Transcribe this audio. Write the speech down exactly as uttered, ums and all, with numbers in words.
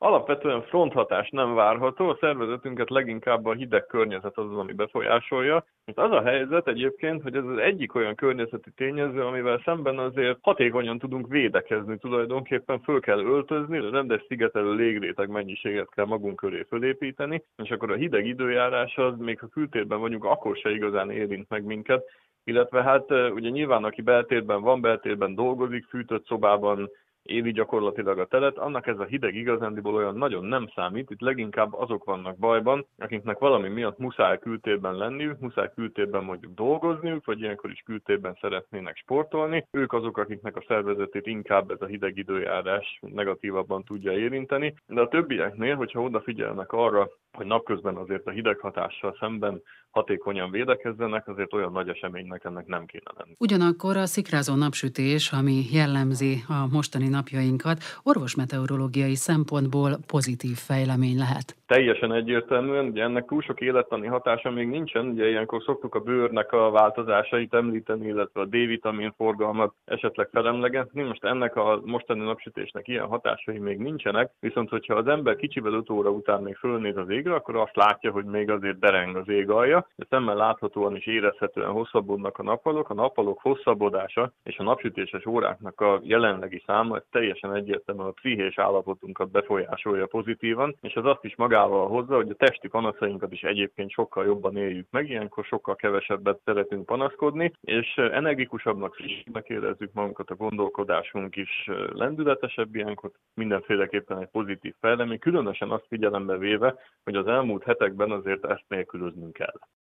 Alapvetően fronthatás nem várható, a szervezetünket leginkább a hideg környezet az, ami befolyásolja. Most az a helyzet egyébként, hogy ez az egyik olyan környezeti tényező, amivel szemben azért hatékonyan tudunk védekezni, tulajdonképpen föl kell öltözni, rendes szigetelő légréteg mennyiséget kell magunk köré fölépíteni, és akkor a hideg időjárás az, még ha kültérben vagyunk, akkor se igazán érint meg minket, illetve hát ugye nyilván aki beltérben van, beltérben dolgozik, fűtött szobában éli gyakorlatilag a telet, annak ez a hideg igazándiból olyan nagyon nem számít, itt leginkább azok vannak bajban, akiknek valami miatt muszáj kültérben lenniük, muszáj kültérben mondjuk dolgozniuk, vagy ilyenkor is kültérben szeretnének sportolni. Ők azok, akiknek a szervezetét inkább ez a hideg időjárás negatívabban tudja érinteni, de a többieknél, hogyha odafigyelnek arra, hogy napközben azért a hideg hatással szemben hatékonyan védekezzenek, azért olyan nagy eseménynek ennek nem kéne lenni. Ugyanakkor a szikrázó napsütés, ami jellemzi a mostani napjainkat, orvosmeteorológiai szempontból pozitív fejlemény lehet. Teljesen egyértelműen, ugye ennek túl sok élettani hatása még nincsen, ugye ilyenkor szoktuk a bőrnek a változásait említeni, illetve a D-vitamin forgalmat esetleg felemlegetni. Most ennek a mostani napsütésnek ilyen hatásai még nincsenek, viszont hogyha az ember kicsivel öt óra után még fölnéz az égre, akkor azt látja, hogy még azért dereng az ég alja, de szemmel láthatóan is érezhetően hosszabbodnak a nappalok, a nappalok hosszabbodása és a napsütéses óráknak a jelenlegi száma ez teljesen egyértelműen a pszichés állapotunkat befolyásolja pozitívan, és az azt is magával hozza, hogy a testi panaszainkat is egyébként sokkal jobban éljük meg, ilyenkor sokkal kevesebbet szeretünk panaszkodni, és energikusabbnak, frissnek érezzük magunkat, a gondolkodásunk is lendületesebb ilyenkor, mindenféleképpen egy pozitív fejlemény, különösen azt figyelembe véve, hogy az elmúlt hetekben azért ezt nélkülöznünk kell.